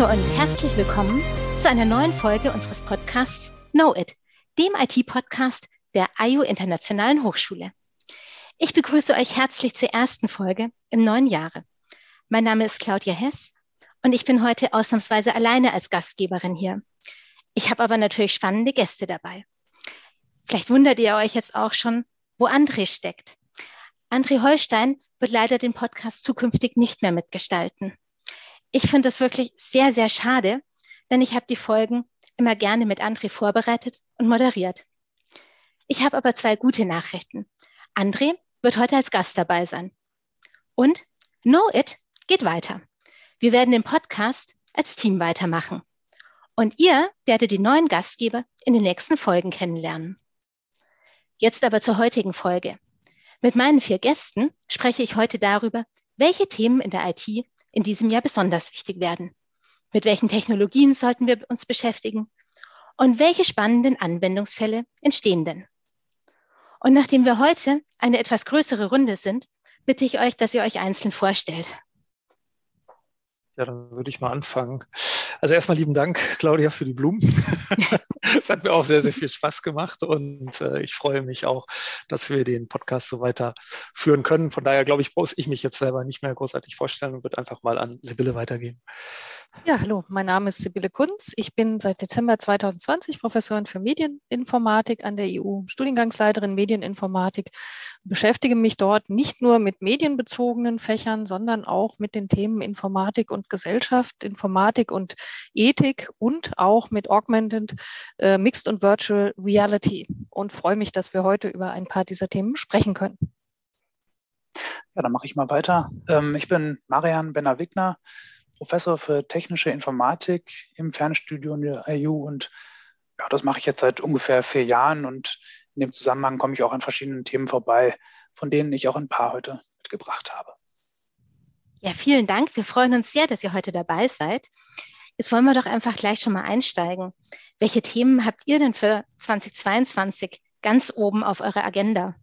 Hallo und herzlich willkommen zu einer neuen Folge unseres Podcasts Know It, dem IT-Podcast der IU Internationalen Hochschule. Ich begrüße euch herzlich zur ersten Folge im neuen Jahre. Mein Name ist Claudia Hess und ich bin heute ausnahmsweise alleine als Gastgeberin hier. Ich habe aber natürlich spannende Gäste dabei. Vielleicht wundert ihr euch jetzt auch schon, wo André steckt. André Holstein wird leider den Podcast zukünftig nicht mehr mitgestalten. Ich finde das wirklich sehr, sehr schade, denn ich habe die Folgen immer gerne mit André vorbereitet und moderiert. Ich habe aber zwei gute Nachrichten. André wird heute als Gast dabei sein. Und Know It geht weiter. Wir werden den Podcast als Team weitermachen. Und ihr werdet die neuen Gastgeber in den nächsten Folgen kennenlernen. Jetzt aber zur heutigen Folge. Mit meinen 4 Gästen spreche ich heute darüber, welche Themen in der IT in diesem Jahr besonders wichtig werden. Mit welchen Technologien sollten wir uns beschäftigen? Und welche spannenden Anwendungsfälle entstehen denn? Und nachdem wir heute eine etwas größere Runde sind, bitte ich euch, dass ihr euch einzeln vorstellt. Ja, dann würde ich mal anfangen. Also erstmal lieben Dank, Claudia, für die Blumen. Es hat mir auch sehr, sehr viel Spaß gemacht und ich freue mich auch, dass wir den Podcast so weiterführen können. Von daher, glaube ich, muss ich mich jetzt selber nicht mehr großartig vorstellen und würde einfach mal an Sibylle weitergeben. Ja, hallo, mein Name ist Sibylle Kunz. Ich bin seit Dezember 2020 Professorin für Medieninformatik an der EU, Studiengangsleiterin Medieninformatik, beschäftige mich dort nicht nur mit medienbezogenen Fächern, sondern auch mit den Themen Informatik und Gesellschaft, Informatik und Ethik und auch mit Augmented, Mixed und Virtual Reality und freue mich, dass wir heute über ein paar dieser Themen sprechen können. Ja, dann mache ich mal weiter. Ich bin Marian Benner-Wigner, Professor für technische Informatik im Fernstudium der IU und ja, das mache ich jetzt seit ungefähr 4 Jahren und in dem Zusammenhang komme ich auch an verschiedenen Themen vorbei, von denen ich auch ein paar heute mitgebracht habe. Ja, vielen Dank. Wir freuen uns sehr, dass ihr heute dabei seid. Jetzt wollen wir doch einfach gleich schon mal einsteigen. Welche Themen habt ihr denn für 2022 ganz oben auf eurer Agenda?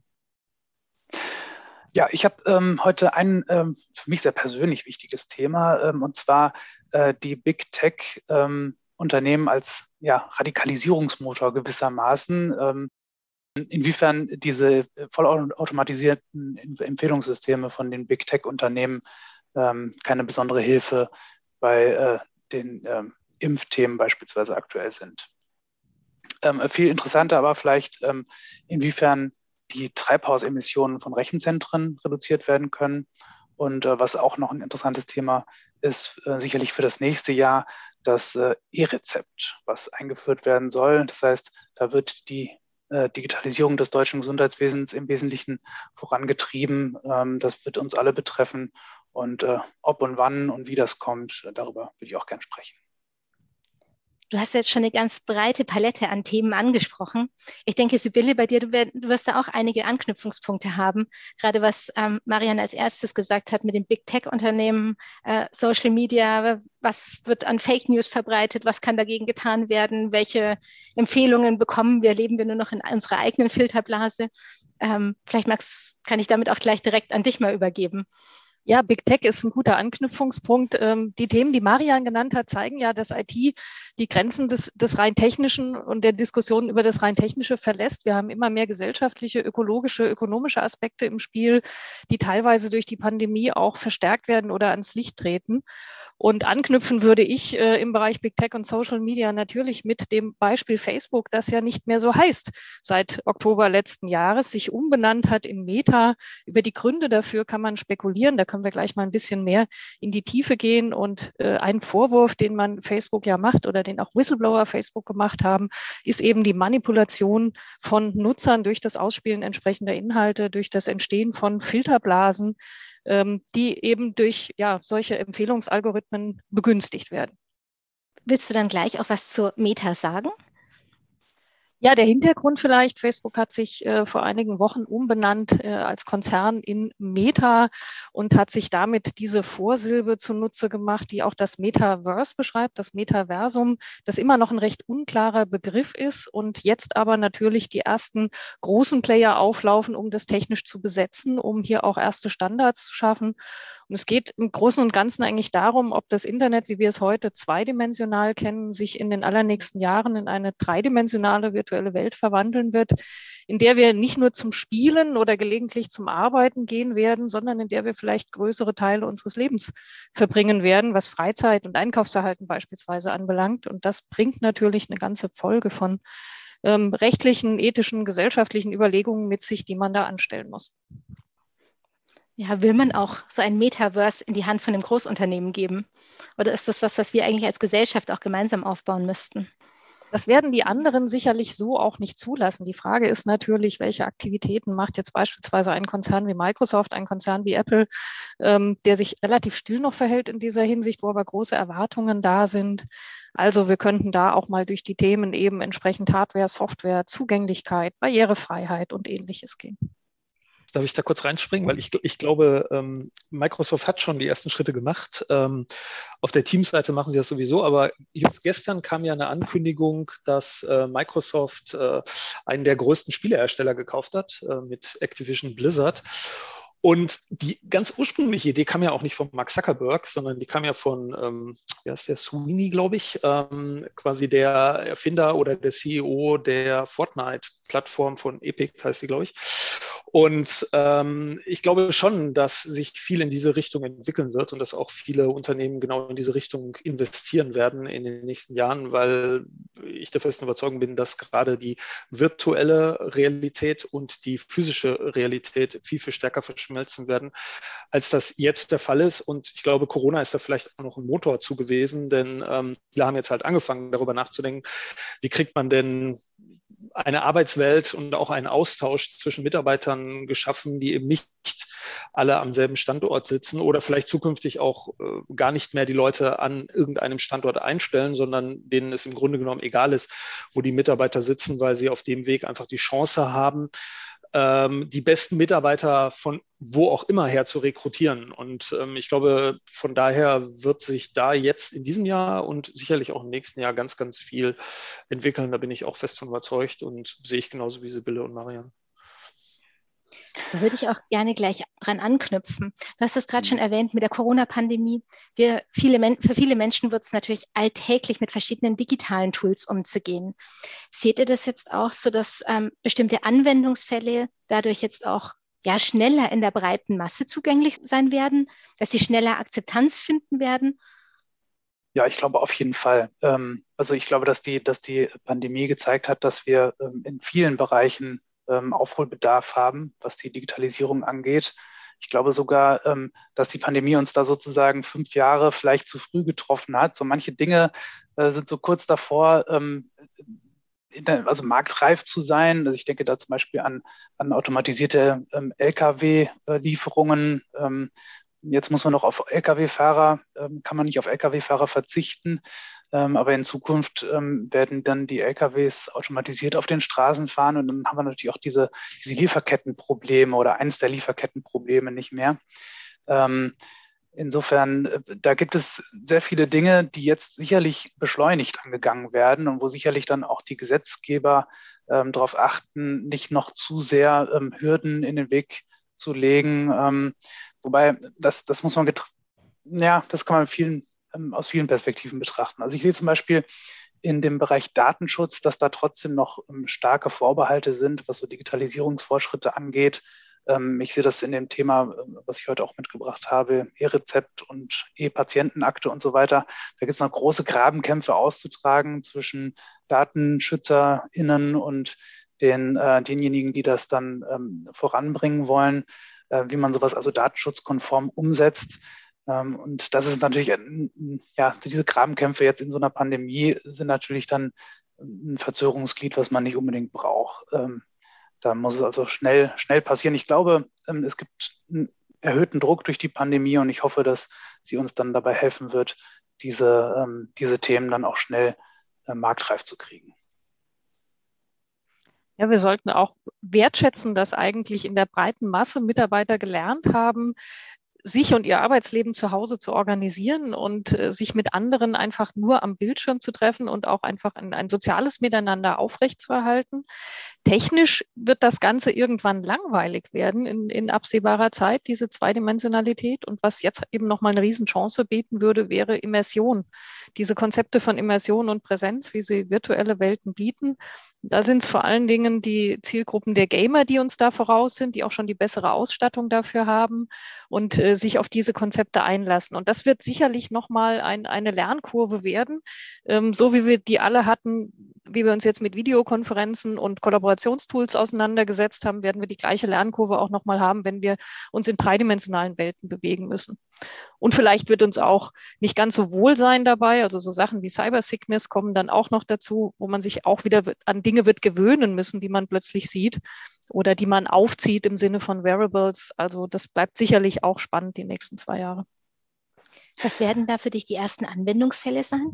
Ja, ich habe heute ein für mich sehr persönlich wichtiges Thema, und zwar die Big Tech Unternehmen als Radikalisierungsmotor gewissermaßen. Inwiefern diese vollautomatisierten Empfehlungssysteme von den Big Tech Unternehmen keine besondere Hilfe bei den Impfthemen beispielsweise aktuell sind. Viel interessanter aber vielleicht, inwiefern die Treibhausemissionen von Rechenzentren reduziert werden können. Und was auch noch ein interessantes Thema ist, sicherlich für das nächste Jahr, das E-Rezept, was eingeführt werden soll. Das heißt, da wird die Digitalisierung des deutschen Gesundheitswesens im Wesentlichen vorangetrieben. Das wird uns alle betreffen. Und ob und wann und wie das kommt, darüber würde ich auch gerne sprechen. Du hast jetzt schon eine ganz breite Palette an Themen angesprochen. Ich denke, Sibylle, bei dir, du wirst da auch einige Anknüpfungspunkte haben. Gerade was Marian als erstes gesagt hat mit den Big Tech-Unternehmen, Social Media, was wird an Fake News verbreitet, was kann dagegen getan werden, welche Empfehlungen bekommen wir, leben wir nur noch in unserer eigenen Filterblase. Vielleicht, Max, kann ich damit auch gleich direkt an dich mal übergeben. Ja, Big Tech ist ein guter Anknüpfungspunkt. Die Themen, die Marian genannt hat, zeigen ja, dass IT die Grenzen des rein technischen und der Diskussion über das rein technische verlässt. Wir haben immer mehr gesellschaftliche, ökologische, ökonomische Aspekte im Spiel, die teilweise durch die Pandemie auch verstärkt werden oder ans Licht treten. Und anknüpfen würde ich im Bereich Big Tech und Social Media natürlich mit dem Beispiel Facebook, das ja nicht mehr so heißt seit Oktober letzten Jahres, sich umbenannt hat in Meta. Über die Gründe dafür kann man spekulieren. Da können wir gleich mal ein bisschen mehr in die Tiefe gehen. Und ein Vorwurf, den man Facebook ja macht oder den auch Whistleblower Facebook gemacht haben, ist eben die Manipulation von Nutzern durch das Ausspielen entsprechender Inhalte, durch das Entstehen von Filterblasen, die eben durch solche Empfehlungsalgorithmen begünstigt werden. Willst du dann gleich auch was zur Meta sagen? Ja, der Hintergrund vielleicht. Facebook hat sich vor einigen Wochen umbenannt als Konzern in Meta und hat sich damit diese Vorsilbe zunutze gemacht, die auch das Metaverse beschreibt, das Metaversum, das immer noch ein recht unklarer Begriff ist und jetzt aber natürlich die ersten großen Player auflaufen, um das technisch zu besetzen, um hier auch erste Standards zu schaffen. Und es geht im Großen und Ganzen eigentlich darum, ob das Internet, wie wir es heute zweidimensional kennen, sich in den allernächsten Jahren in eine dreidimensionale virtuelle Welt verwandeln wird, in der wir nicht nur zum Spielen oder gelegentlich zum Arbeiten gehen werden, sondern in der wir vielleicht größere Teile unseres Lebens verbringen werden, was Freizeit und Einkaufsverhalten beispielsweise anbelangt. Und das bringt natürlich eine ganze Folge von rechtlichen, ethischen, gesellschaftlichen Überlegungen mit sich, die man da anstellen muss. Ja, will man auch so ein Metaverse in die Hand von einem Großunternehmen geben? Oder ist das was wir eigentlich als Gesellschaft auch gemeinsam aufbauen müssten? Das werden die anderen sicherlich so auch nicht zulassen. Die Frage ist natürlich, welche Aktivitäten macht jetzt beispielsweise ein Konzern wie Microsoft, ein Konzern wie Apple, der sich relativ still noch verhält in dieser Hinsicht, wo aber große Erwartungen da sind. Also wir könnten da auch mal durch die Themen eben entsprechend Hardware, Software, Zugänglichkeit, Barrierefreiheit und Ähnliches gehen. Darf ich da kurz reinspringen? Weil ich glaube, Microsoft hat schon die ersten Schritte gemacht. Auf der Teams-Seite machen sie das sowieso, aber just gestern kam ja eine Ankündigung, dass Microsoft einen der größten Spielehersteller gekauft hat, mit Activision Blizzard. Und die ganz ursprüngliche Idee kam ja auch nicht von Mark Zuckerberg, sondern die kam ja von, wie heißt der, Sweeney, glaube ich, quasi der Erfinder oder der CEO der Fortnite-Plattform von Epic, heißt sie, glaube ich. Und ich glaube schon, dass sich viel in diese Richtung entwickeln wird und dass auch viele Unternehmen genau in diese Richtung investieren werden in den nächsten Jahren, weil ich der festen Überzeugung bin, dass gerade die virtuelle Realität und die physische Realität viel, viel stärker verschmelzen werden, als das jetzt der Fall ist. Und ich glaube, Corona ist da vielleicht auch noch ein Motor zu gewesen, denn viele haben jetzt halt angefangen, darüber nachzudenken, wie kriegt man denn eine Arbeitswelt und auch einen Austausch zwischen Mitarbeitern geschaffen, die eben nicht alle am selben Standort sitzen oder vielleicht zukünftig auch gar nicht mehr die Leute an irgendeinem Standort einstellen, sondern denen es im Grunde genommen egal ist, wo die Mitarbeiter sitzen, weil sie auf dem Weg einfach die Chance haben, die besten Mitarbeiter von wo auch immer her zu rekrutieren. Und ich glaube, von daher wird sich da jetzt in diesem Jahr und sicherlich auch im nächsten Jahr ganz, ganz viel entwickeln. Da bin ich auch fest von überzeugt und sehe ich genauso wie Sibylle und Marian. Da würde ich auch gerne gleich dran anknüpfen. Du hast es gerade schon erwähnt mit der Corona-Pandemie. Für viele Menschen wird es natürlich alltäglich mit verschiedenen digitalen Tools umzugehen. Seht ihr das jetzt auch so, dass bestimmte Anwendungsfälle dadurch jetzt auch schneller in der breiten Masse zugänglich sein werden, dass sie schneller Akzeptanz finden werden? Ja, ich glaube auf jeden Fall. Also ich glaube, dass die Pandemie gezeigt hat, dass wir in vielen Bereichen Aufholbedarf haben, was die Digitalisierung angeht. Ich glaube sogar, dass die Pandemie uns da sozusagen 5 Jahre vielleicht zu früh getroffen hat. So manche Dinge sind so kurz davor, also marktreif zu sein. Also ich denke da zum Beispiel an automatisierte Lkw-Lieferungen. Jetzt muss man noch auf Lkw-Fahrer, kann man nicht auf Lkw-Fahrer verzichten. Aber in Zukunft werden dann die LKWs automatisiert auf den Straßen fahren und dann haben wir natürlich auch diese Lieferkettenprobleme oder eins der Lieferkettenprobleme nicht mehr. Insofern, da gibt es sehr viele Dinge, die jetzt sicherlich beschleunigt angegangen werden und wo sicherlich dann auch die Gesetzgeber darauf achten, nicht noch zu sehr Hürden in den Weg zu legen. Wobei, das muss man, das kann man aus vielen Perspektiven betrachten. Also ich sehe zum Beispiel in dem Bereich Datenschutz, dass da trotzdem noch starke Vorbehalte sind, was so Digitalisierungsfortschritte angeht. Ich sehe das in dem Thema, was ich heute auch mitgebracht habe, E-Rezept und E-Patientenakte und so weiter. Da gibt es noch große Grabenkämpfe auszutragen zwischen DatenschützerInnen und denjenigen, die das dann voranbringen wollen, wie man sowas also datenschutzkonform umsetzt. Und das ist natürlich, diese Grabenkämpfe jetzt in so einer Pandemie sind natürlich dann ein Verzögerungsglied, was man nicht unbedingt braucht. Da muss es also schnell passieren. Ich glaube, es gibt einen erhöhten Druck durch die Pandemie und ich hoffe, dass sie uns dann dabei helfen wird, diese Themen dann auch schnell marktreif zu kriegen. Ja, wir sollten auch wertschätzen, dass eigentlich in der breiten Masse Mitarbeiter gelernt haben, sich und ihr Arbeitsleben zu Hause zu organisieren und sich mit anderen einfach nur am Bildschirm zu treffen und auch einfach ein soziales Miteinander aufrechtzuerhalten. Technisch wird das Ganze irgendwann langweilig werden in absehbarer Zeit, diese Zweidimensionalität. Und was jetzt eben nochmal eine Riesenchance bieten würde, wäre Immersion. Diese Konzepte von Immersion und Präsenz, wie sie virtuelle Welten bieten. Da sind es vor allen Dingen die Zielgruppen der Gamer, die uns da voraus sind, die auch schon die bessere Ausstattung dafür haben und sich auf diese Konzepte einlassen. Und das wird sicherlich nochmal eine Lernkurve werden, so wie wir die alle hatten, wie wir uns jetzt mit Videokonferenzen und Kollaborationstools auseinandergesetzt haben, werden wir die gleiche Lernkurve auch nochmal haben, wenn wir uns in dreidimensionalen Welten bewegen müssen. Und vielleicht wird uns auch nicht ganz so wohl sein dabei, also so Sachen wie Cybersickness kommen dann auch noch dazu, wo man sich auch wieder an Dinge wird gewöhnen müssen, die man plötzlich sieht oder die man aufzieht im Sinne von Wearables. Also das bleibt sicherlich auch spannend die nächsten 2 Jahre. Was werden da für dich die ersten Anwendungsfälle sein?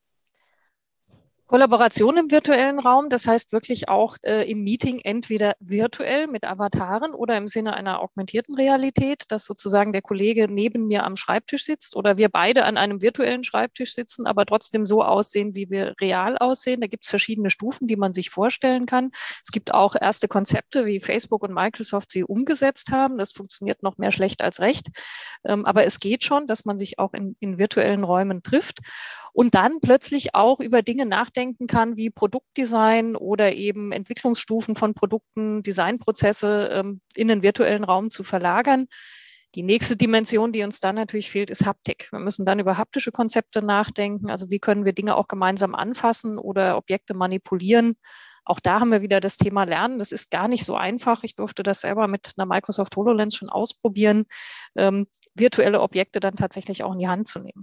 Kollaboration im virtuellen Raum, das heißt wirklich auch im Meeting entweder virtuell mit Avataren oder im Sinne einer augmentierten Realität, dass sozusagen der Kollege neben mir am Schreibtisch sitzt oder wir beide an einem virtuellen Schreibtisch sitzen, aber trotzdem so aussehen, wie wir real aussehen. Da gibt es verschiedene Stufen, die man sich vorstellen kann. Es gibt auch erste Konzepte, wie Facebook und Microsoft sie umgesetzt haben. Das funktioniert noch mehr schlecht als recht. Aber es geht schon, dass man sich auch in virtuellen Räumen trifft und dann plötzlich auch über Dinge nachdenken kann, wie Produktdesign oder eben Entwicklungsstufen von Produkten, Designprozesse in den virtuellen Raum zu verlagern. Die nächste Dimension, die uns dann natürlich fehlt, ist Haptik. Wir müssen dann über haptische Konzepte nachdenken. Also wie können wir Dinge auch gemeinsam anfassen oder Objekte manipulieren? Auch da haben wir wieder das Thema Lernen. Das ist gar nicht so einfach. Ich durfte das selber mit einer Microsoft HoloLens schon ausprobieren, virtuelle Objekte dann tatsächlich auch in die Hand zu nehmen.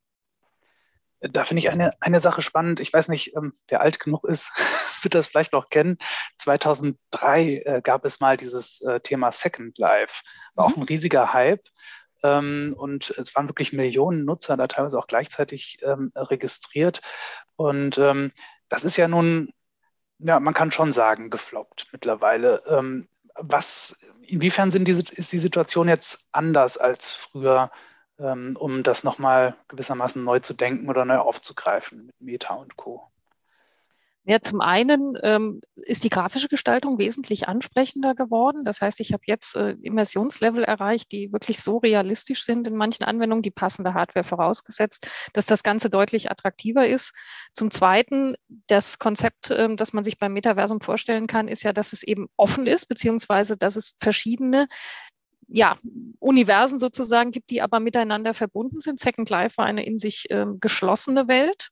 Da finde ich eine Sache spannend. Ich weiß nicht, wer alt genug ist, wird das vielleicht noch kennen. 2003 gab es mal dieses Thema Second Life. War auch ein riesiger Hype. Und es waren wirklich Millionen Nutzer da teilweise auch gleichzeitig registriert. Und das ist ja nun, ja, man kann schon sagen, gefloppt mittlerweile. Inwiefern ist die Situation jetzt anders als früher, um das nochmal gewissermaßen neu zu denken oder neu aufzugreifen mit Meta und Co.? Ja, zum einen ist die grafische Gestaltung wesentlich ansprechender geworden. Das heißt, ich habe jetzt Immersionslevel erreicht, die wirklich so realistisch sind in manchen Anwendungen, die passende Hardware vorausgesetzt, dass das Ganze deutlich attraktiver ist. Zum Zweiten, das Konzept, das man sich beim Metaversum vorstellen kann, ist ja, dass es eben offen ist, beziehungsweise dass es verschiedene Universen sozusagen gibt, die aber miteinander verbunden sind. Second Life war eine in sich geschlossene Welt.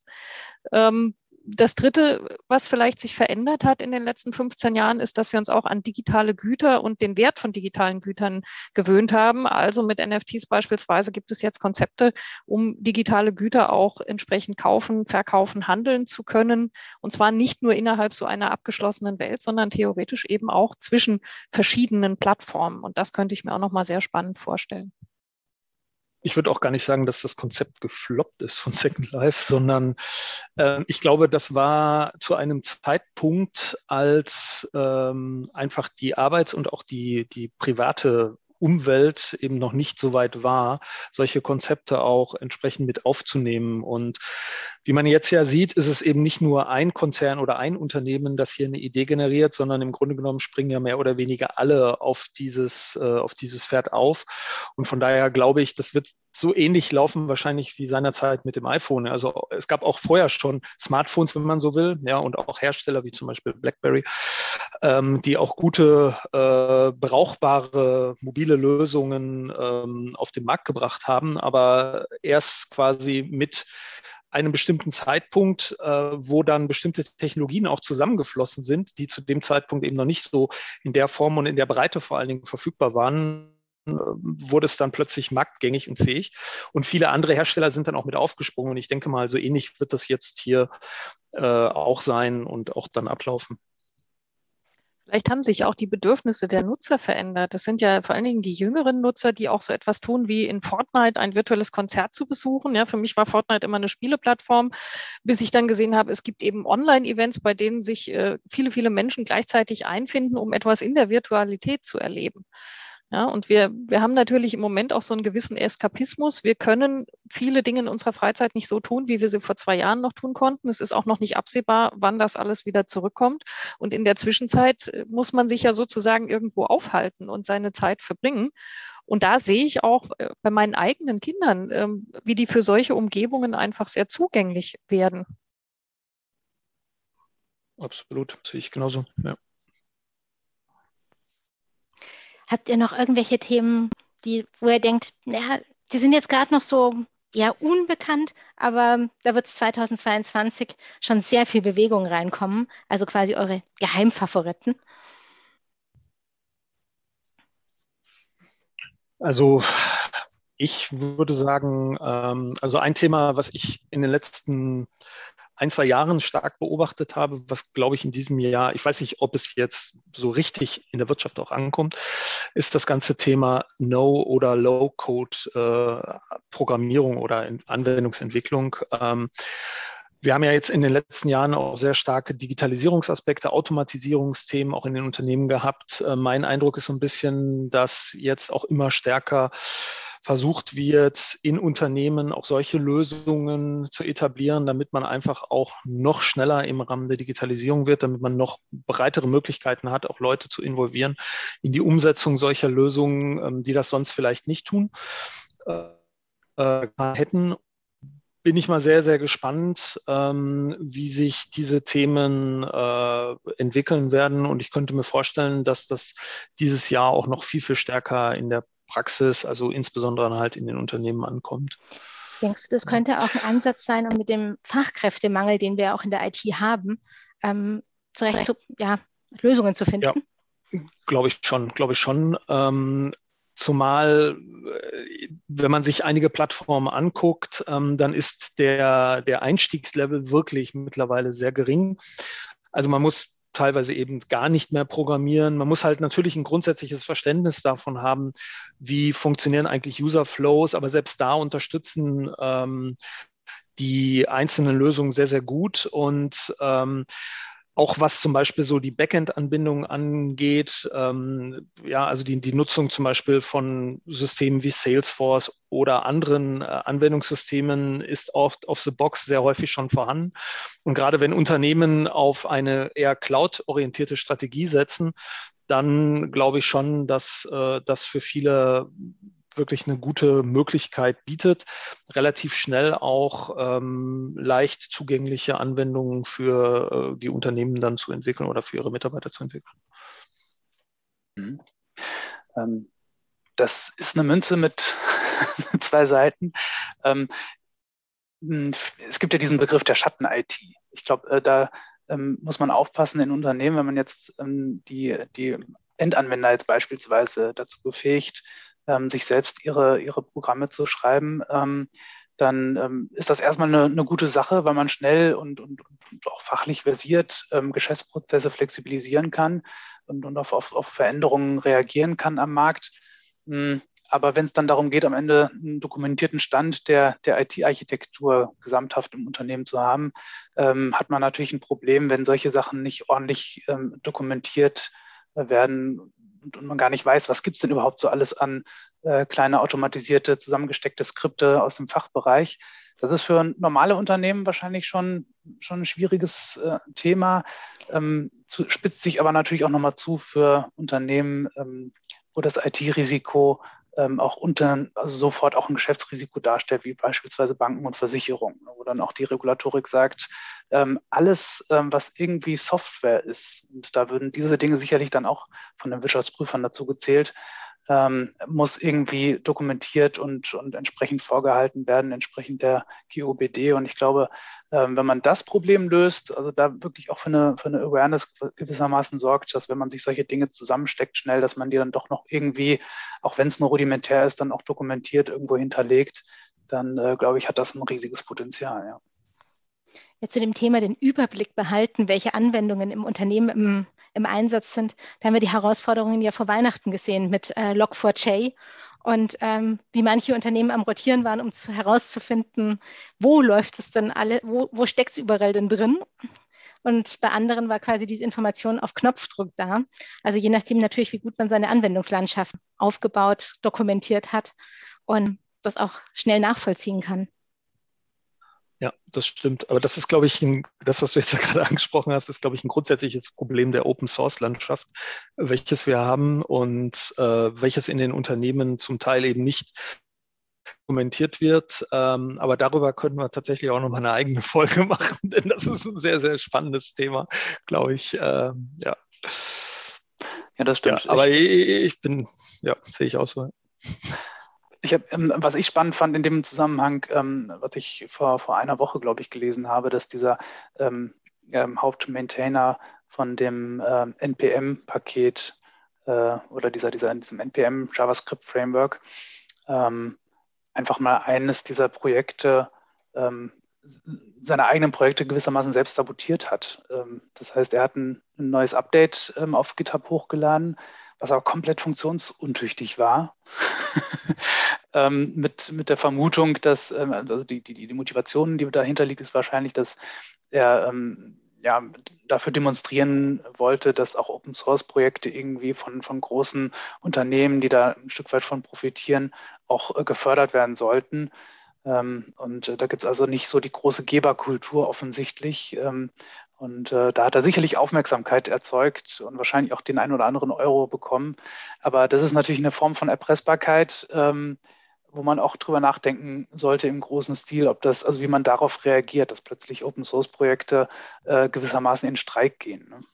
Das Dritte, was vielleicht sich verändert hat in den letzten 15 Jahren, ist, dass wir uns auch an digitale Güter und den Wert von digitalen Gütern gewöhnt haben. Also mit NFTs beispielsweise gibt es jetzt Konzepte, um digitale Güter auch entsprechend kaufen, verkaufen, handeln zu können. Und zwar nicht nur innerhalb so einer abgeschlossenen Welt, sondern theoretisch eben auch zwischen verschiedenen Plattformen. Und das könnte ich mir auch nochmal sehr spannend vorstellen. Ich würde auch gar nicht sagen, dass das Konzept gefloppt ist von Second Life, sondern ich glaube, das war zu einem Zeitpunkt, als einfach die Arbeits- und auch die private Umwelt eben noch nicht so weit war, solche Konzepte auch entsprechend mit aufzunehmen. Und wie man jetzt ja sieht, ist es eben nicht nur ein Konzern oder ein Unternehmen, das hier eine Idee generiert, sondern im Grunde genommen springen ja mehr oder weniger alle auf dieses Pferd auf. Und von daher glaube ich, das wird so ähnlich laufen wahrscheinlich wie seinerzeit mit dem iPhone. Also es gab auch vorher schon Smartphones, wenn man so will, ja, und auch Hersteller wie zum Beispiel BlackBerry, die auch gute, brauchbare mobile Lösungen auf den Markt gebracht haben, aber erst quasi mit einem bestimmten Zeitpunkt, wo dann bestimmte Technologien auch zusammengeflossen sind, die zu dem Zeitpunkt eben noch nicht so in der Form und in der Breite vor allen Dingen verfügbar waren, wurde es dann plötzlich marktgängig und fähig. Und viele andere Hersteller sind dann auch mit aufgesprungen. Und ich denke mal, so ähnlich wird das jetzt hier auch sein und auch dann ablaufen. Vielleicht haben sich auch die Bedürfnisse der Nutzer verändert. Das sind ja vor allen Dingen die jüngeren Nutzer, die auch so etwas tun, wie in Fortnite ein virtuelles Konzert zu besuchen. Ja, für mich war Fortnite immer eine Spieleplattform, bis ich dann gesehen habe, es gibt eben Online-Events, bei denen sich viele, viele Menschen gleichzeitig einfinden, um etwas in der Virtualität zu erleben. Ja, und wir haben natürlich im Moment auch so einen gewissen Eskapismus. Wir können viele Dinge in unserer Freizeit nicht so tun, wie wir sie vor 2 Jahren noch tun konnten. Es ist auch noch nicht absehbar, wann das alles wieder zurückkommt. Und in der Zwischenzeit muss man sich ja sozusagen irgendwo aufhalten und seine Zeit verbringen. Und da sehe ich auch bei meinen eigenen Kindern, wie die für solche Umgebungen einfach sehr zugänglich werden. Absolut, sehe ich genauso, ja. Habt ihr noch irgendwelche Themen, wo ihr denkt, naja, die sind jetzt gerade noch so eher unbekannt, aber da wird es 2022 schon sehr viel Bewegung reinkommen, also quasi eure Geheimfavoriten? Also ich würde sagen, also ein Thema, was ich in den letzten 1, 2 Jahren stark beobachtet habe, was, glaube ich, in diesem Jahr, ich weiß nicht, ob es jetzt so richtig in der Wirtschaft auch ankommt, ist das ganze Thema No- oder Low-Code-Programmierung oder Anwendungsentwicklung. Wir haben ja jetzt in den letzten Jahren auch sehr starke Digitalisierungsaspekte, Automatisierungsthemen auch in den Unternehmen gehabt. Mein Eindruck ist so ein bisschen, dass jetzt auch immer stärker versucht wird, in Unternehmen auch solche Lösungen zu etablieren, damit man einfach auch noch schneller im Rahmen der Digitalisierung wird, damit man noch breitere Möglichkeiten hat, auch Leute zu involvieren in die Umsetzung solcher Lösungen, die das sonst vielleicht nicht tun hätten. Bin ich mal sehr, sehr gespannt, wie sich diese Themen entwickeln werden. Und ich könnte mir vorstellen, dass das dieses Jahr auch noch viel, viel stärker in der Praxis, also insbesondere halt in den Unternehmen ankommt. Denkst du, das könnte auch ein Ansatz sein, um mit dem Fachkräftemangel, den wir auch in der IT haben, Lösungen zu finden? Ja, glaube ich schon. Zumal, wenn man sich einige Plattformen anguckt, dann ist der Einstiegslevel wirklich mittlerweile sehr gering. Also man muss teilweise eben gar nicht mehr programmieren. Man muss halt natürlich ein grundsätzliches Verständnis davon haben, wie funktionieren eigentlich User-Flows, aber selbst da unterstützen die einzelnen Lösungen sehr, sehr gut. Und auch was zum Beispiel so die Backend-Anbindung angeht, also die Nutzung zum Beispiel von Systemen wie Salesforce oder anderen Anwendungssystemen ist oft off the box sehr häufig schon vorhanden. Und gerade wenn Unternehmen auf eine eher cloud-orientierte Strategie setzen, dann glaube ich schon, dass das für viele wirklich eine gute Möglichkeit bietet, relativ schnell auch leicht zugängliche Anwendungen für die Unternehmen dann zu entwickeln oder für ihre Mitarbeiter zu entwickeln. Das ist eine Münze mit 2 Seiten. Es gibt ja diesen Begriff der Schatten-IT. Ich glaube, da muss man aufpassen in Unternehmen, wenn man jetzt die Endanwender jetzt beispielsweise dazu befähigt, sich selbst ihre Programme zu schreiben, dann ist das erstmal eine gute Sache, weil man schnell und auch fachlich versiert Geschäftsprozesse flexibilisieren kann und auf Veränderungen reagieren kann am Markt. Aber wenn es dann darum geht, am Ende einen dokumentierten Stand der IT-Architektur gesamthaft im Unternehmen zu haben, hat man natürlich ein Problem, wenn solche Sachen nicht ordentlich dokumentiert werden und man gar nicht weiß, was gibt es denn überhaupt so alles an kleine automatisierte, zusammengesteckte Skripte aus dem Fachbereich. Das ist für normale Unternehmen wahrscheinlich schon ein schwieriges Thema, spitzt sich aber natürlich auch nochmal zu für Unternehmen, wo das IT-Risiko auch sofort auch ein Geschäftsrisiko darstellt, wie beispielsweise Banken und Versicherungen, wo dann auch die Regulatorik sagt, alles, was irgendwie Software ist, und da würden diese Dinge sicherlich dann auch von den Wirtschaftsprüfern dazu gezählt, muss irgendwie dokumentiert und entsprechend vorgehalten werden, entsprechend der GOBD. Und ich glaube, wenn man das Problem löst, also da wirklich auch für eine Awareness gewissermaßen sorgt, dass wenn man sich solche Dinge zusammensteckt, schnell, dass man die dann doch noch irgendwie, auch wenn es nur rudimentär ist, dann auch dokumentiert irgendwo hinterlegt, dann glaube ich, hat das ein riesiges Potenzial. Ja. Jetzt zu dem Thema den Überblick behalten, welche Anwendungen im Unternehmen im Einsatz sind. Da haben wir die Herausforderungen ja vor Weihnachten gesehen mit Log4j und wie manche Unternehmen am Rotieren waren, um herauszufinden, wo läuft es denn wo steckt es überall denn drin? Und bei anderen war quasi diese Information auf Knopfdruck da. Also je nachdem natürlich, wie gut man seine Anwendungslandschaft aufgebaut, dokumentiert hat und das auch schnell nachvollziehen kann. Ja, das stimmt. Aber das ist, glaube ich, das, was du jetzt ja gerade angesprochen hast, ist, glaube ich, ein grundsätzliches Problem der Open-Source-Landschaft, welches wir haben und welches in den Unternehmen zum Teil eben nicht dokumentiert wird. Aber darüber könnten wir tatsächlich auch noch mal eine eigene Folge machen, denn das ist ein sehr, sehr spannendes Thema, glaube ich. Ja. Ja, das stimmt. Ja, aber ich bin, ja, sehe ich auch so. Was ich spannend fand in dem Zusammenhang, was ich vor einer Woche, glaube ich, gelesen habe, dass dieser Hauptmaintainer von dem NPM-Paket oder diesem NPM-JavaScript-Framework einfach mal eines dieser Projekte, seine eigenen Projekte gewissermaßen selbst sabotiert hat. Das heißt, er hat ein neues Update auf GitHub hochgeladen, was aber komplett funktionsuntüchtig war. Mit der Vermutung, dass also die Motivation, die dahinter liegt, ist wahrscheinlich, dass er dafür demonstrieren wollte, dass auch Open-Source-Projekte irgendwie von großen Unternehmen, die da ein Stück weit von profitieren, auch gefördert werden sollten. Und da gibt es also nicht so die große Geberkultur offensichtlich. Und da hat er sicherlich Aufmerksamkeit erzeugt und wahrscheinlich auch den einen oder anderen Euro bekommen. Aber das ist natürlich eine Form von Erpressbarkeit, wo man auch drüber nachdenken sollte im großen Stil, wie man darauf reagiert, dass plötzlich Open-Source-Projekte gewissermaßen in Streik gehen. Ne?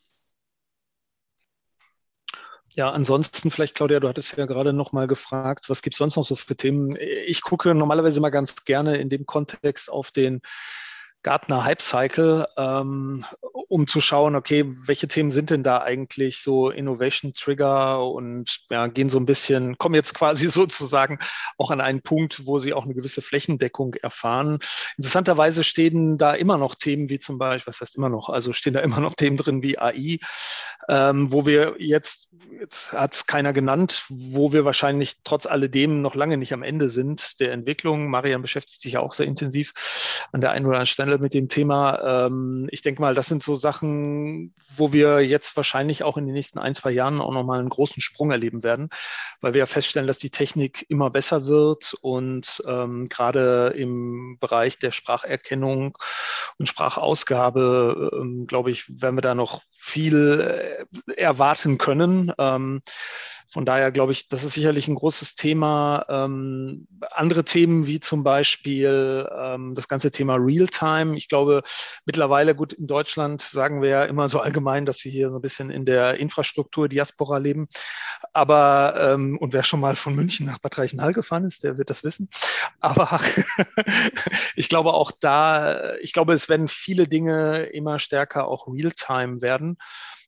Ja, ansonsten vielleicht, Claudia, du hattest ja gerade noch mal gefragt, was gibt es sonst noch so für Themen? Ich gucke normalerweise mal ganz gerne in dem Kontext auf den Gartner Hype Cycle, um zu schauen, okay, welche Themen sind denn da eigentlich so Innovation Trigger und ja, kommen jetzt quasi sozusagen auch an einen Punkt, wo sie auch eine gewisse Flächendeckung erfahren. Interessanterweise stehen da immer noch Themen wie zum Beispiel, was heißt immer noch, also stehen da immer noch Themen drin wie AI, wo wir jetzt hat es keiner genannt, wo wir wahrscheinlich trotz alledem noch lange nicht am Ende sind der Entwicklung. Marian beschäftigt sich ja auch sehr intensiv an der einen oder anderen Stelle mit dem Thema. Ich denke mal, das sind so Sachen, wo wir jetzt wahrscheinlich auch in den nächsten 1-2 Jahren auch nochmal einen großen Sprung erleben werden, weil wir ja feststellen, dass die Technik immer besser wird und gerade im Bereich der Spracherkennung und Sprachausgabe, glaube ich, werden wir da noch viel erwarten können. Von daher glaube ich, das ist sicherlich ein großes Thema. Andere Themen wie zum Beispiel das ganze Thema Realtime. Ich glaube, mittlerweile, gut, in Deutschland sagen wir ja immer so allgemein, dass wir hier so ein bisschen in der Infrastruktur-Diaspora leben. Aber, und wer schon mal von München nach Bad Reichenhall gefahren ist, der wird das wissen. Aber ich glaube auch es werden viele Dinge immer stärker auch Realtime werden.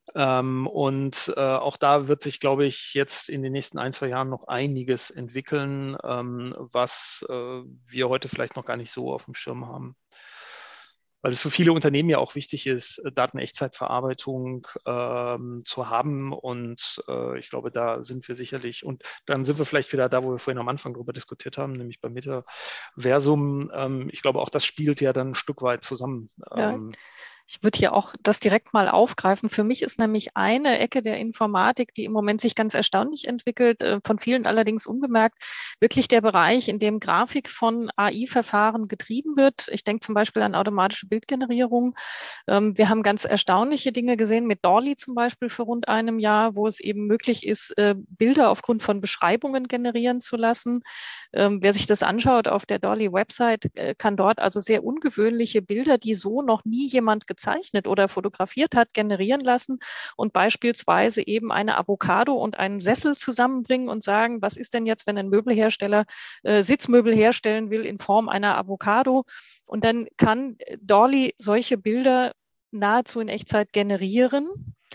Und auch da wird sich, glaube ich, jetzt in den nächsten 1-2 Jahren noch einiges entwickeln, was wir heute vielleicht noch gar nicht so auf dem Schirm haben. Weil es für viele Unternehmen ja auch wichtig ist, Datenechtzeitverarbeitung zu haben. Und ich glaube, da sind wir sicherlich, und dann sind wir vielleicht wieder da, wo wir vorhin am Anfang drüber diskutiert haben, nämlich beim Metaversum. Ich glaube, auch das spielt ja dann ein Stück weit zusammen. Ja. Ich würde hier auch das direkt mal aufgreifen. Für mich ist nämlich eine Ecke der Informatik, die im Moment sich ganz erstaunlich entwickelt, von vielen allerdings unbemerkt, wirklich der Bereich, in dem Grafik von AI-Verfahren getrieben wird. Ich denke zum Beispiel an automatische Bildgenerierung. Wir haben ganz erstaunliche Dinge gesehen mit DALL-E zum Beispiel vor rund einem Jahr, wo es eben möglich ist, Bilder aufgrund von Beschreibungen generieren zu lassen. Wer sich das anschaut auf der DALL-E-Website, kann dort also sehr ungewöhnliche Bilder, die so noch nie jemand gezeichnet oder fotografiert hat, generieren lassen und beispielsweise eben eine Avocado und einen Sessel zusammenbringen und sagen, was ist denn jetzt, wenn ein Möbelhersteller Sitzmöbel herstellen will in Form einer Avocado? Und dann kann DALL-E solche Bilder nahezu in Echtzeit generieren.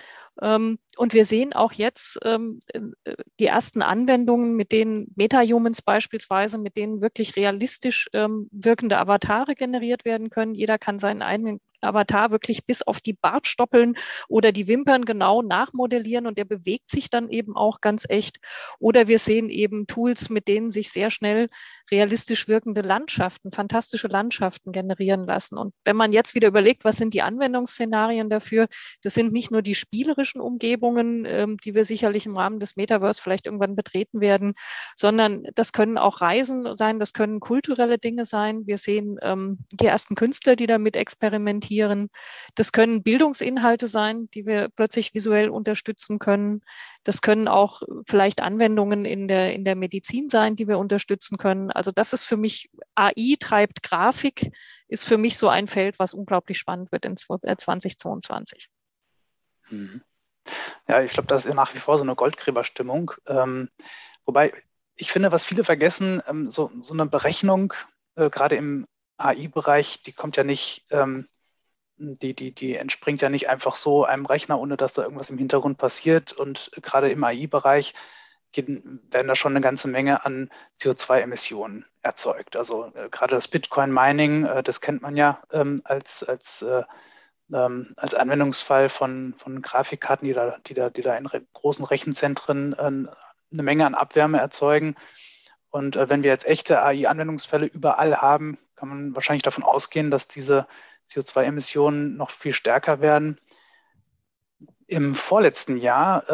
Und wir sehen auch jetzt die ersten Anwendungen, mit denen MetaHumans beispielsweise, mit denen wirklich realistisch wirkende Avatare generiert werden können. Jeder kann seinen Avatar wirklich bis auf die Bartstoppeln oder die Wimpern genau nachmodellieren und der bewegt sich dann eben auch ganz echt. Oder wir sehen eben Tools, mit denen sich sehr schnell realistisch wirkende Landschaften, fantastische Landschaften generieren lassen. Und wenn man jetzt wieder überlegt, was sind die Anwendungsszenarien dafür, das sind nicht nur die spielerischen Umgebungen, die wir sicherlich im Rahmen des Metaverse vielleicht irgendwann betreten werden, sondern das können auch Reisen sein, das können kulturelle Dinge sein. Wir sehen die ersten Künstler, die damit experimentieren. Das können Bildungsinhalte sein, die wir plötzlich visuell unterstützen können. Das können auch vielleicht Anwendungen in der Medizin sein, die wir unterstützen können. Also das ist für mich, AI treibt Grafik, ist für mich so ein Feld, was unglaublich spannend wird in 2022. Ja, ich glaube, das ist nach wie vor so eine Goldgräberstimmung. Wobei ich finde, was viele vergessen, so eine Berechnung, gerade im AI-Bereich, die kommt ja nicht, die entspringt ja nicht einfach so einem Rechner, ohne dass da irgendwas im Hintergrund passiert. Und gerade im AI-Bereich werden da schon eine ganze Menge an CO2-Emissionen erzeugt. Also gerade das Bitcoin-Mining, das kennt man ja als Anwendungsfall von Grafikkarten, die da in großen Rechenzentren eine Menge an Abwärme erzeugen. Und wenn wir jetzt echte AI-Anwendungsfälle überall haben, kann man wahrscheinlich davon ausgehen, dass diese CO2-Emissionen noch viel stärker werden. Zum vorletzten Jahr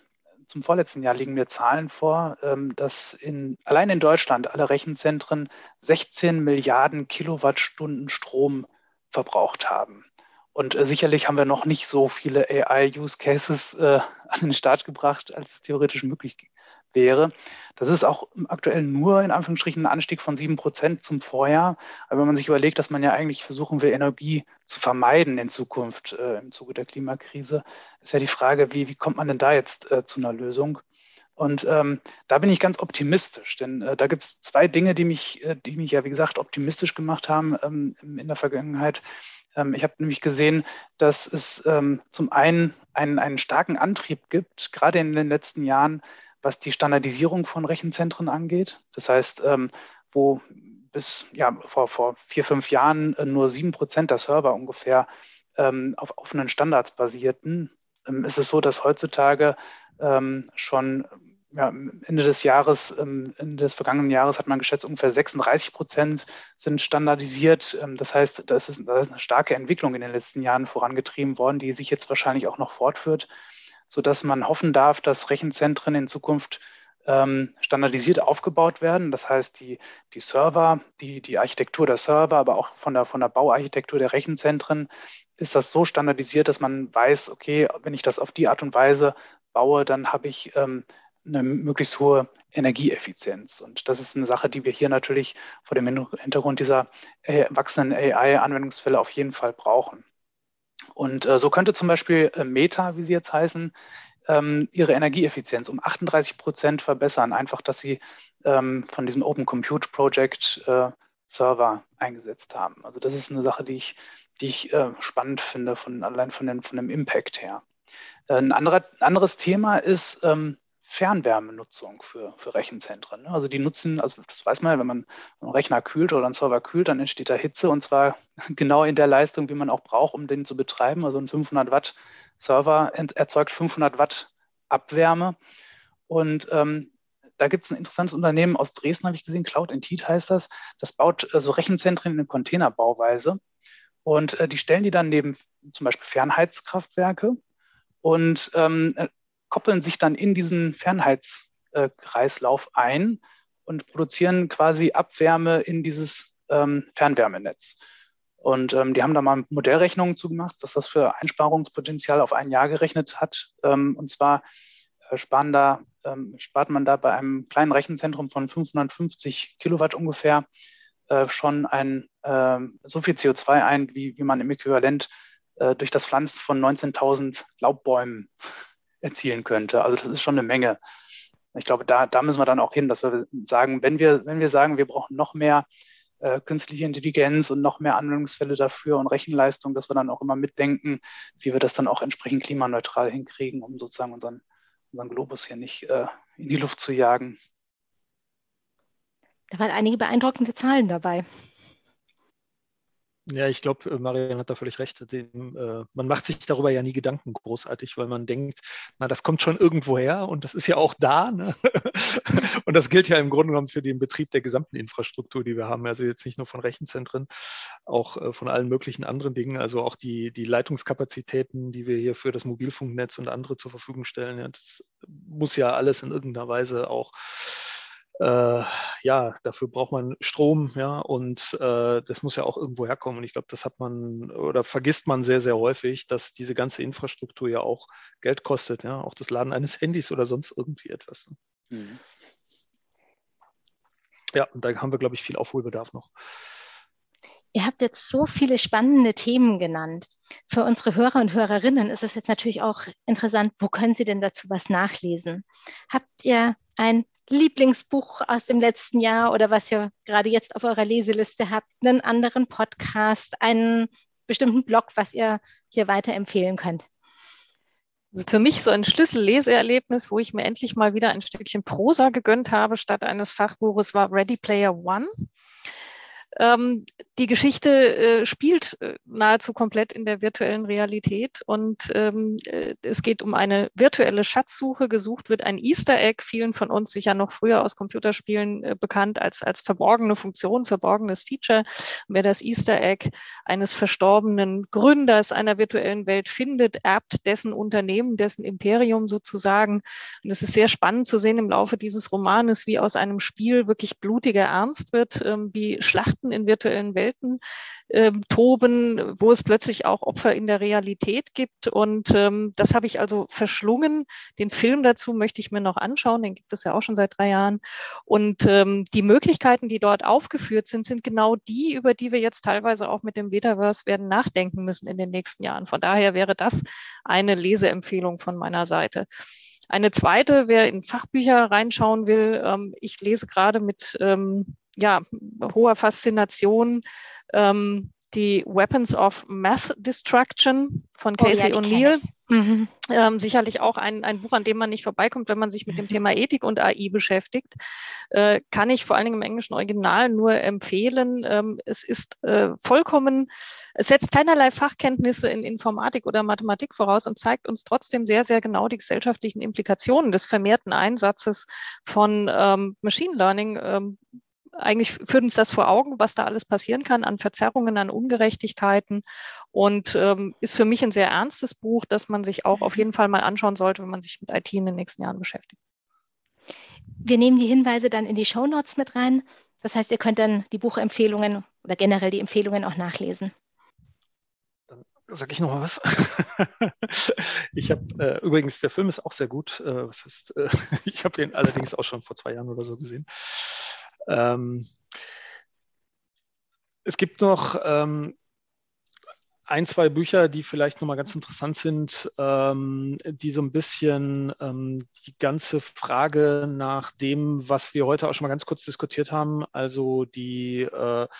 liegen mir Zahlen vor, dass allein in Deutschland alle Rechenzentren 16 Milliarden Kilowattstunden Strom verbraucht haben. Und sicherlich haben wir noch nicht so viele AI-Use-Cases an den Start gebracht, als es theoretisch möglich wäre. Das ist auch aktuell nur in Anführungsstrichen ein Anstieg von 7% zum Vorjahr. Aber wenn man sich überlegt, dass man ja eigentlich versuchen will, Energie zu vermeiden in Zukunft im Zuge der Klimakrise, ist ja die Frage, wie kommt man denn da jetzt zu einer Lösung? Und da bin ich ganz optimistisch, denn da gibt es zwei Dinge, die mich ja, wie gesagt, optimistisch gemacht haben in der Vergangenheit. Ich habe nämlich gesehen, dass es zum einen einen starken Antrieb gibt, gerade in den letzten Jahren, was die Standardisierung von Rechenzentren angeht. Das heißt, wo bis vor 4-5 Jahren nur 7% der Server ungefähr auf offenen Standards basierten, ist es so, dass heutzutage schon Ende des vergangenen Jahres hat man geschätzt, ungefähr 36% sind standardisiert. Das heißt, da ist eine starke Entwicklung in den letzten Jahren vorangetrieben worden, die sich jetzt wahrscheinlich auch noch fortführt, sodass man hoffen darf, dass Rechenzentren in Zukunft standardisiert aufgebaut werden. Das heißt, die Server, die Architektur der Server, aber auch von der Bauarchitektur der Rechenzentren ist das so standardisiert, dass man weiß, okay, wenn ich das auf die Art und Weise baue, dann habe ich eine möglichst hohe Energieeffizienz. Und das ist eine Sache, die wir hier natürlich vor dem Hintergrund dieser wachsenden AI-Anwendungsfälle auf jeden Fall brauchen. Und so könnte zum Beispiel Meta, wie sie jetzt heißen, ihre Energieeffizienz um 38% verbessern, einfach, dass sie von diesem Open Compute Project Server eingesetzt haben. Also das ist eine Sache, die ich spannend finde, allein von dem Impact her. Ein anderes Thema ist Fernwärmenutzung für Rechenzentren. Also die nutzen, also das weiß man ja, wenn man einen Rechner kühlt oder einen Server kühlt, dann entsteht da Hitze und zwar genau in der Leistung, wie man auch braucht, um den zu betreiben. Also ein 500 Watt Server erzeugt 500 Watt Abwärme. Und da gibt es ein interessantes Unternehmen aus Dresden, habe ich gesehen, Cloud Indeed heißt das. Das baut so Rechenzentren in eine Containerbauweise. Und die stellen die dann neben zum Beispiel Fernheizkraftwerke und koppeln sich dann in diesen Fernheizkreislauf ein und produzieren quasi Abwärme in dieses Fernwärmenetz. Und die haben da mal Modellrechnungen zugemacht, was das für Einsparungspotenzial auf ein Jahr gerechnet hat. Und zwar spart man da bei einem kleinen Rechenzentrum von 550 Kilowatt ungefähr schon so viel CO2 ein, wie man im Äquivalent durch das Pflanzen von 19.000 Laubbäumen erzielen könnte. Also das ist schon eine Menge. Ich glaube, da müssen wir dann auch hin, dass wir sagen, wenn wir sagen, wir brauchen noch mehr künstliche Intelligenz und noch mehr Anwendungsfälle dafür und Rechenleistung, dass wir dann auch immer mitdenken, wie wir das dann auch entsprechend klimaneutral hinkriegen, um sozusagen unseren Globus hier nicht in die Luft zu jagen. Da waren einige beeindruckende Zahlen dabei. Ja, ich glaube, Marian hat da völlig recht. Man macht sich darüber ja nie Gedanken großartig, weil man denkt, na, das kommt schon irgendwo her und das ist ja auch da. Ne? Und das gilt ja im Grunde genommen für den Betrieb der gesamten Infrastruktur, die wir haben. Also jetzt nicht nur von Rechenzentren, auch von allen möglichen anderen Dingen. Also auch die Leitungskapazitäten, die wir hier für das Mobilfunknetz und andere zur Verfügung stellen. Ja, das muss ja alles in irgendeiner Weise auch ja, dafür braucht man Strom, ja, und das muss ja auch irgendwo herkommen. Und ich glaube, das hat man oder vergisst man sehr, sehr häufig, dass diese ganze Infrastruktur ja auch Geld kostet, ja, auch das Laden eines Handys oder sonst irgendwie etwas. Mhm. Ja, und da haben wir, glaube ich, viel Aufholbedarf noch. Ihr habt jetzt so viele spannende Themen genannt. Für unsere Hörer und Hörerinnen ist es jetzt natürlich auch interessant, wo können Sie denn dazu was nachlesen? Habt ihr ein Lieblingsbuch aus dem letzten Jahr oder was ihr gerade jetzt auf eurer Leseliste habt, einen anderen Podcast, einen bestimmten Blog, was ihr hier weiterempfehlen könnt? Also für mich so ein Schlüsselleseerlebnis, wo ich mir endlich mal wieder ein Stückchen Prosa gegönnt habe statt eines Fachbuches, war Ready Player One. Die Geschichte spielt nahezu komplett in der virtuellen Realität und es geht um eine virtuelle Schatzsuche. Gesucht wird ein Easter Egg, vielen von uns sicher noch früher aus Computerspielen bekannt als verborgene Funktion, verborgenes Feature. Und wer das Easter Egg eines verstorbenen Gründers einer virtuellen Welt findet, erbt dessen Unternehmen, dessen Imperium sozusagen. Und es ist sehr spannend zu sehen im Laufe dieses Romanes, wie aus einem Spiel wirklich blutiger Ernst wird, wie Schlachten in virtuellen Welten toben, wo es plötzlich auch Opfer in der Realität gibt. Und das habe ich also verschlungen. Den Film dazu möchte ich mir noch anschauen, den gibt es ja auch schon seit 3 Jahren. Und die Möglichkeiten, die dort aufgeführt sind, sind genau die, über die wir jetzt teilweise auch mit dem Metaverse werden nachdenken müssen in den nächsten Jahren. Von daher wäre das eine Leseempfehlung von meiner Seite. Eine zweite, wer in Fachbücher reinschauen will, ich lese gerade mit hoher Faszination die Weapons of Math Destruction von Casey O'Neill. Mhm. Sicherlich auch ein Buch, an dem man nicht vorbeikommt, wenn man sich mit dem Thema Ethik und AI beschäftigt. Kann ich vor allen Dingen im englischen Original nur empfehlen. Es ist es setzt keinerlei Fachkenntnisse in Informatik oder Mathematik voraus und zeigt uns trotzdem sehr, sehr genau die gesellschaftlichen Implikationen des vermehrten Einsatzes von Machine Learning. Eigentlich führt uns das vor Augen, was da alles passieren kann an Verzerrungen, an Ungerechtigkeiten und ist für mich ein sehr ernstes Buch, das man sich auch auf jeden Fall mal anschauen sollte, wenn man sich mit IT in den nächsten Jahren beschäftigt. Wir nehmen die Hinweise dann in die Shownotes mit rein. Das heißt, ihr könnt dann die Buchempfehlungen oder generell die Empfehlungen auch nachlesen. Dann sage ich noch mal was. Ich habe übrigens, der Film ist auch sehr gut. Ich habe ihn allerdings auch schon vor 2 Jahren oder so gesehen. Es gibt noch 1, 2 Bücher, die vielleicht nochmal ganz interessant sind, die so ein bisschen die ganze Frage nach dem, was wir heute auch schon mal ganz kurz diskutiert haben, also die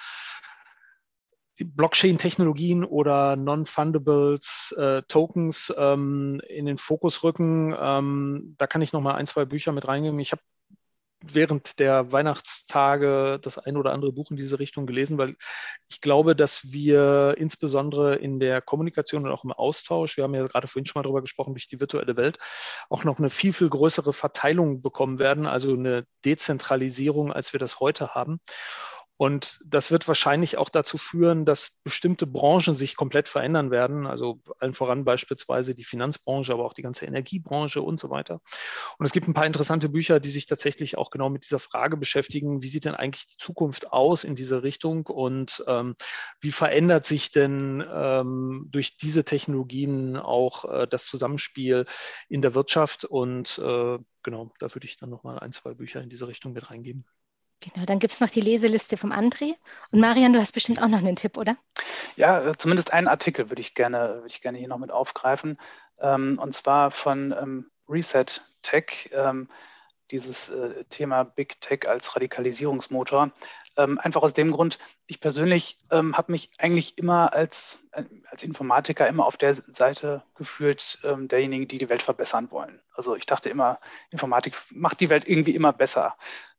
Blockchain-Technologien oder Non-Fundables, Tokens in den Fokus rücken. Da kann ich nochmal 1, 2 Bücher mit reingeben. Ich habe während der Weihnachtstage das ein oder andere Buch in diese Richtung gelesen, weil ich glaube, dass wir insbesondere in der Kommunikation und auch im Austausch, wir haben ja gerade vorhin schon mal darüber gesprochen, durch die virtuelle Welt, auch noch eine viel, viel größere Verteilung bekommen werden, also eine Dezentralisierung, als wir das heute haben. Und das wird wahrscheinlich auch dazu führen, dass bestimmte Branchen sich komplett verändern werden. Also allen voran beispielsweise die Finanzbranche, aber auch die ganze Energiebranche und so weiter. Und es gibt ein paar interessante Bücher, die sich tatsächlich auch genau mit dieser Frage beschäftigen. Wie sieht denn eigentlich die Zukunft aus in diese Richtung? Und wie verändert sich denn durch diese Technologien auch das Zusammenspiel in der Wirtschaft? Und genau, da würde ich dann nochmal 1, 2 Bücher in diese Richtung mit reingeben. Genau, dann gibt es noch die Leseliste vom André. Und Marian, du hast bestimmt auch noch einen Tipp, oder? Ja, zumindest einen Artikel würde ich gerne hier noch mit aufgreifen. Und zwar von Reset Tech, dieses Thema Big Tech als Radikalisierungsmotor. Einfach aus dem Grund, ich persönlich habe mich eigentlich immer als Informatiker immer auf der Seite gefühlt derjenigen, die die Welt verbessern wollen. Also ich dachte immer, Informatik macht die Welt irgendwie immer besser.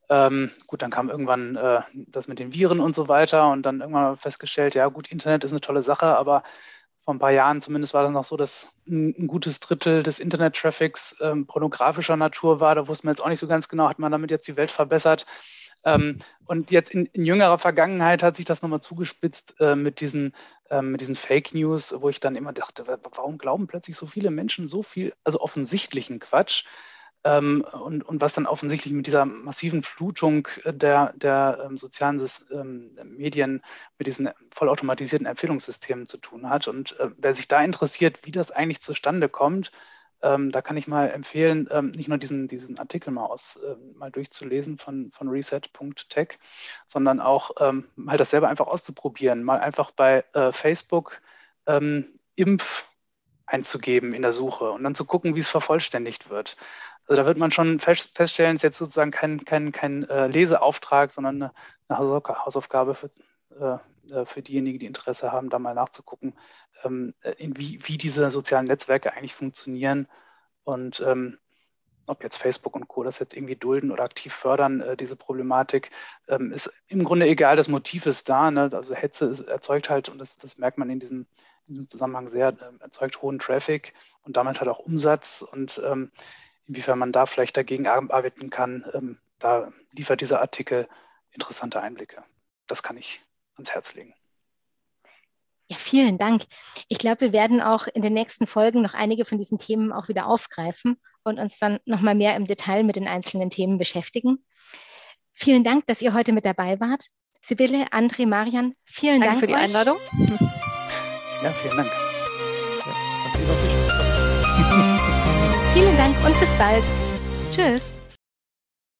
Gut, dann kam irgendwann das mit den Viren und so weiter und dann irgendwann festgestellt, ja gut, Internet ist eine tolle Sache, aber vor ein paar Jahren zumindest war das noch so, dass ein gutes Drittel des Internet-Traffics pornografischer Natur war. Da wusste man jetzt auch nicht so ganz genau, hat man damit jetzt die Welt verbessert. Und jetzt in jüngerer Vergangenheit hat sich das nochmal zugespitzt mit diesen Fake News, wo ich dann immer dachte, warum glauben plötzlich so viele Menschen so viel, also offensichtlichen Quatsch? Und was dann offensichtlich mit dieser massiven Flutung der sozialen Medien, mit diesen vollautomatisierten Empfehlungssystemen zu tun hat. Und wer sich da interessiert, wie das eigentlich zustande kommt, da kann ich mal empfehlen, nicht nur diesen Artikel mal durchzulesen von reset.tech, sondern auch mal das selber einfach auszuprobieren, mal einfach bei Facebook Impf einzugeben in der Suche und dann zu gucken, wie es vervollständigt wird. Also da wird man schon feststellen, es ist jetzt sozusagen kein Leseauftrag, sondern eine Hausaufgabe für diejenigen, die Interesse haben, da mal nachzugucken, wie diese sozialen Netzwerke eigentlich funktionieren und ob jetzt Facebook und Co. das jetzt irgendwie dulden oder aktiv fördern, diese Problematik, ist im Grunde egal, das Motiv ist da. Ne? Also Hetze erzeugt halt, und das merkt man in diesem Zusammenhang sehr, erzeugt hohen Traffic und damit halt auch Umsatz und inwiefern man da vielleicht dagegen arbeiten kann, da liefert dieser Artikel interessante Einblicke. Das kann ich ans Herz legen. Ja, vielen Dank. Ich glaube, wir werden auch in den nächsten Folgen noch einige von diesen Themen auch wieder aufgreifen und uns dann nochmal mehr im Detail mit den einzelnen Themen beschäftigen. Vielen Dank, dass ihr heute mit dabei wart. Sibylle, André, Marian, vielen Dank für die Einladung. Ja, vielen Dank. Vielen Dank und bis bald. Tschüss.